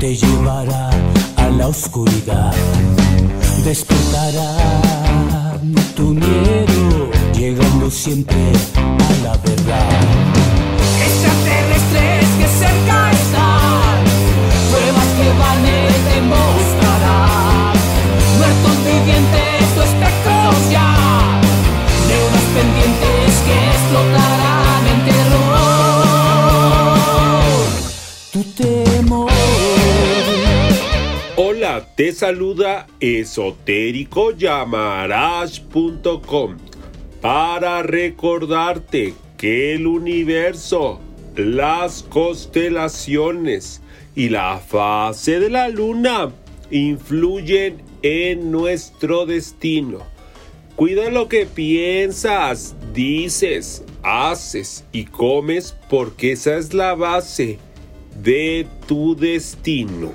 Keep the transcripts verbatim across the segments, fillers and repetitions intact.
te llevará a la oscuridad, despertará tu miedo, llegando siempre a la verdad. Extraterrestres que cerca están, pruebas que valen demostrarán, muertos vivientes o espectros ya, neuronas pendientes que explotarán en terror. Tu temor. Hola, te saluda esotérico yamarash punto com para recordarte que el universo, las constelaciones y la fase de la luna influyen en nuestro destino. Cuida lo que piensas, dices, haces y comes, porque esa es la base de tu destino.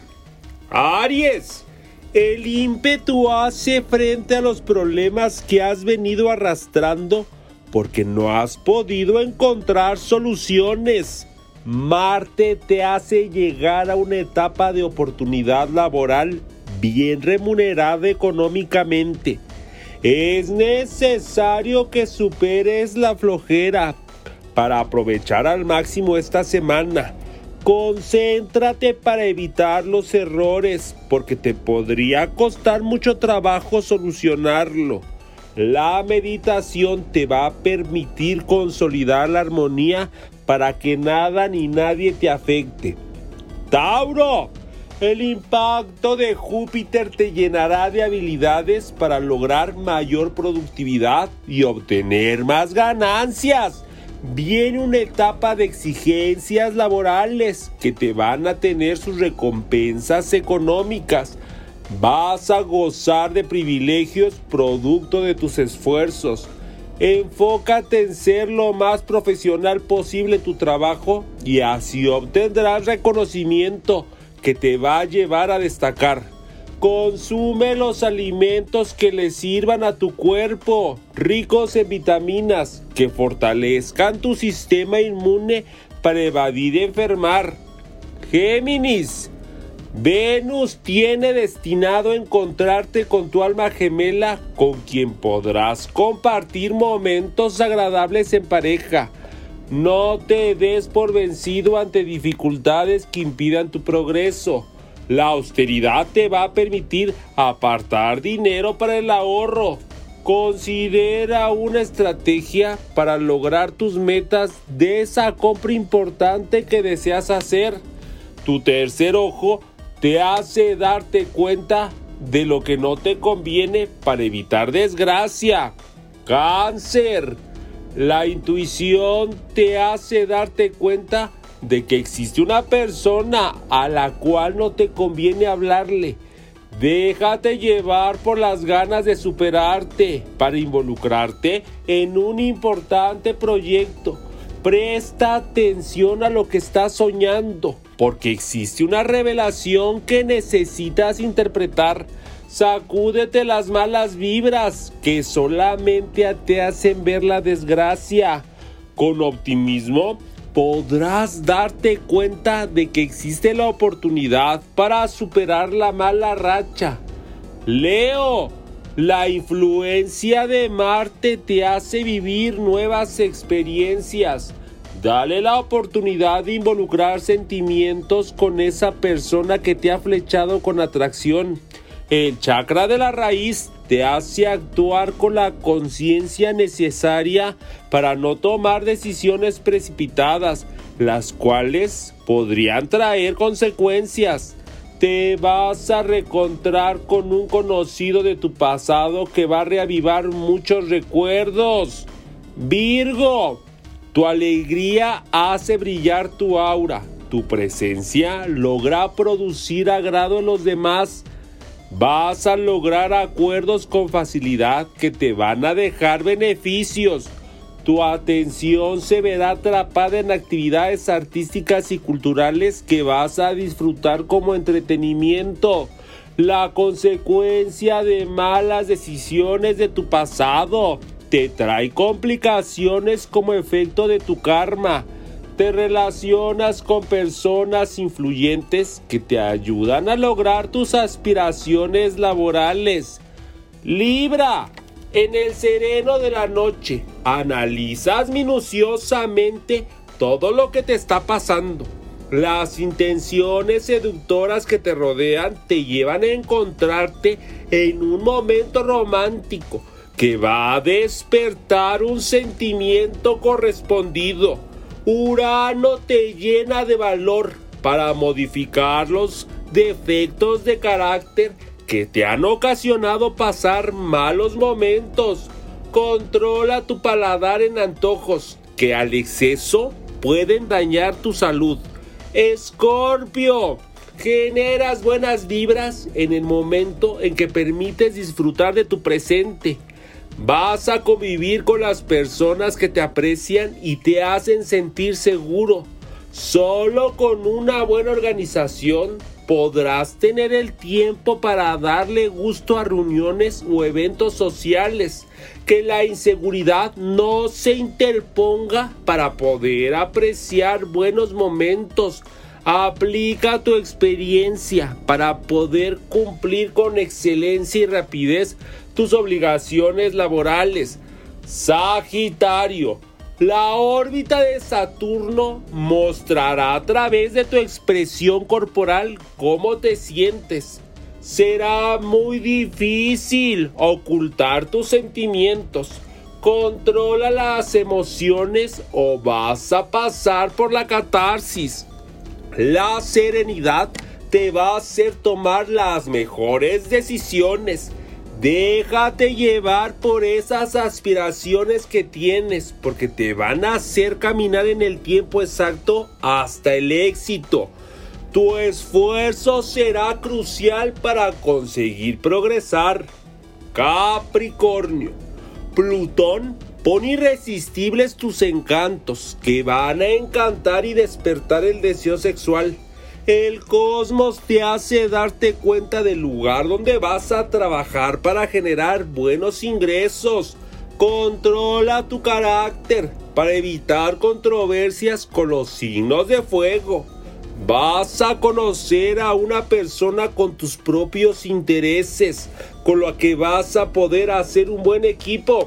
Aries, el ímpetu hace frente a los problemas que has venido arrastrando porque no has podido encontrar soluciones. Marte te hace llegar a una etapa de oportunidad laboral bien remunerada económicamente. Es necesario que superes la flojera para aprovechar al máximo esta semana. Concéntrate para evitar los errores, porque te podría costar mucho trabajo solucionarlo. La meditación te va a permitir consolidar la armonía para que nada ni nadie te afecte. Tauro, el impacto de Júpiter te llenará de habilidades para lograr mayor productividad y obtener más ganancias. Viene una etapa de exigencias laborales que te van a tener sus recompensas económicas. Vas a gozar de privilegios producto de tus esfuerzos. Enfócate en ser lo más profesional posible en tu trabajo y así obtendrás reconocimiento que te va a llevar a destacar. Consume los alimentos que le sirvan a tu cuerpo, ricos en vitaminas, que fortalezcan tu sistema inmune para evadir enfermar. Géminis, Venus tiene destinado a encontrarte con tu alma gemela, con quien podrás compartir momentos agradables en pareja. No te des por vencido ante dificultades que impidan tu progreso. La austeridad te va a permitir apartar dinero para el ahorro. Considera una estrategia para lograr tus metas de esa compra importante que deseas hacer. Tu tercer ojo te hace darte cuenta de lo que no te conviene para evitar desgracia. Cáncer, la intuición te hace darte cuenta de que existe una persona a la cual no te conviene hablarle. Déjate llevar por las ganas de superarte para involucrarte en un importante proyecto. Presta atención a lo que estás soñando, porque existe una revelación que necesitas interpretar. Sacúdete las malas vibras que solamente te hacen ver la desgracia. Con optimismo podrás darte cuenta de que existe la oportunidad para superar la mala racha. Leo, la influencia de Marte te hace vivir nuevas experiencias. Dale la oportunidad de involucrar sentimientos con esa persona que te ha flechado con atracción. El chakra de la raíz te hace actuar con la conciencia necesaria para no tomar decisiones precipitadas, las cuales podrían traer consecuencias. Te vas a reencontrar con un conocido de tu pasado que va a reavivar muchos recuerdos. Virgo, tu alegría hace brillar tu aura. Tu presencia logra producir agrado en los demás. Vas a lograr acuerdos con facilidad que te van a dejar beneficios. Tu atención se verá atrapada en actividades artísticas y culturales que vas a disfrutar como entretenimiento. La consecuencia de malas decisiones de tu pasado te trae complicaciones como efecto de tu karma. te relacionas con personas influyentes que te ayudan a lograr tus aspiraciones laborales. Libra, en el sereno de la noche, analizas minuciosamente todo lo que te está pasando. Las intenciones seductoras que te rodean te llevan a encontrarte en un momento romántico que va a despertar un sentimiento correspondido. Urano te llena de valor para modificar los defectos de carácter que te han ocasionado pasar malos momentos. Controla tu paladar en antojos que al exceso pueden dañar tu salud. Escorpio, generas buenas vibras en el momento en que permites disfrutar de tu presente. Vas a convivir con las personas que te aprecian y te hacen sentir seguro. Solo con una buena organización podrás tener el tiempo para darle gusto a reuniones o eventos sociales. Que la inseguridad no se interponga para poder apreciar buenos momentos. Aplica tu experiencia para poder cumplir con excelencia y rapidez tus obligaciones laborales. Sagitario, la órbita de Saturno mostrará a través de tu expresión corporal cómo te sientes. Será muy difícil ocultar tus sentimientos. Controla las emociones o vas a pasar por la catarsis. La serenidad te va a hacer tomar las mejores decisiones. Déjate llevar por esas aspiraciones que tienes, porque te van a hacer caminar en el tiempo exacto hasta el éxito. Tu esfuerzo será crucial para conseguir progresar. Capricornio, Plutón pone irresistibles tus encantos que van a encantar y despertar el deseo sexual. El cosmos te hace darte cuenta del lugar donde vas a trabajar para generar buenos ingresos. Controla tu carácter para evitar controversias con los signos de fuego. Vas a conocer a una persona con tus propios intereses, con la que vas a poder hacer un buen equipo.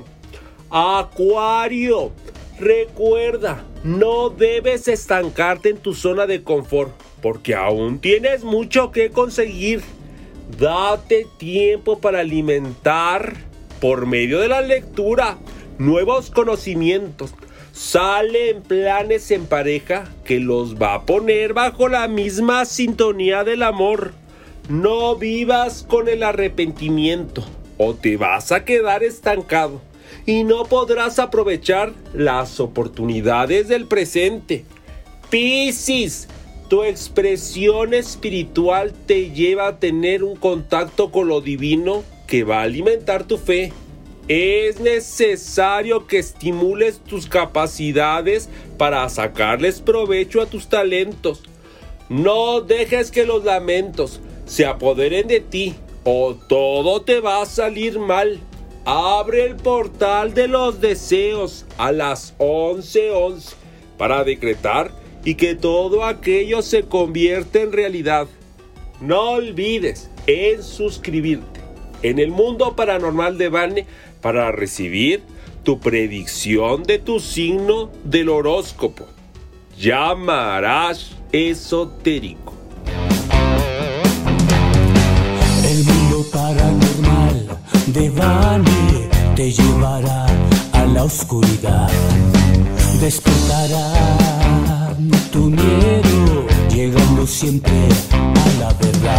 Acuario, recuerda, no debes estancarte en tu zona de confort, porque aún tienes mucho que conseguir. Date tiempo para alimentar, por medio de la lectura, nuevos conocimientos. Sale en planes en pareja que los va a poner bajo la misma sintonía del amor. No vivas con el arrepentimiento o te vas a quedar estancado y no podrás aprovechar las oportunidades del presente. Piscis, tu expresión espiritual te lleva a tener un contacto con lo divino que va a alimentar tu fe. Es necesario que estimules tus capacidades para sacarles provecho a tus talentos. No dejes que los lamentos se apoderen de ti o todo te va a salir mal. Abre el portal de los deseos a las once once para decretar y que todo aquello se convierta en realidad. No olvides en suscribirte en el Mundo Paranormal de Vane para recibir tu predicción de tu signo del horóscopo. Yamarash Esotérico. El mundo paranormal de Vane te llevará a la oscuridad. Despertará tu miedo, llegando siempre a la verdad.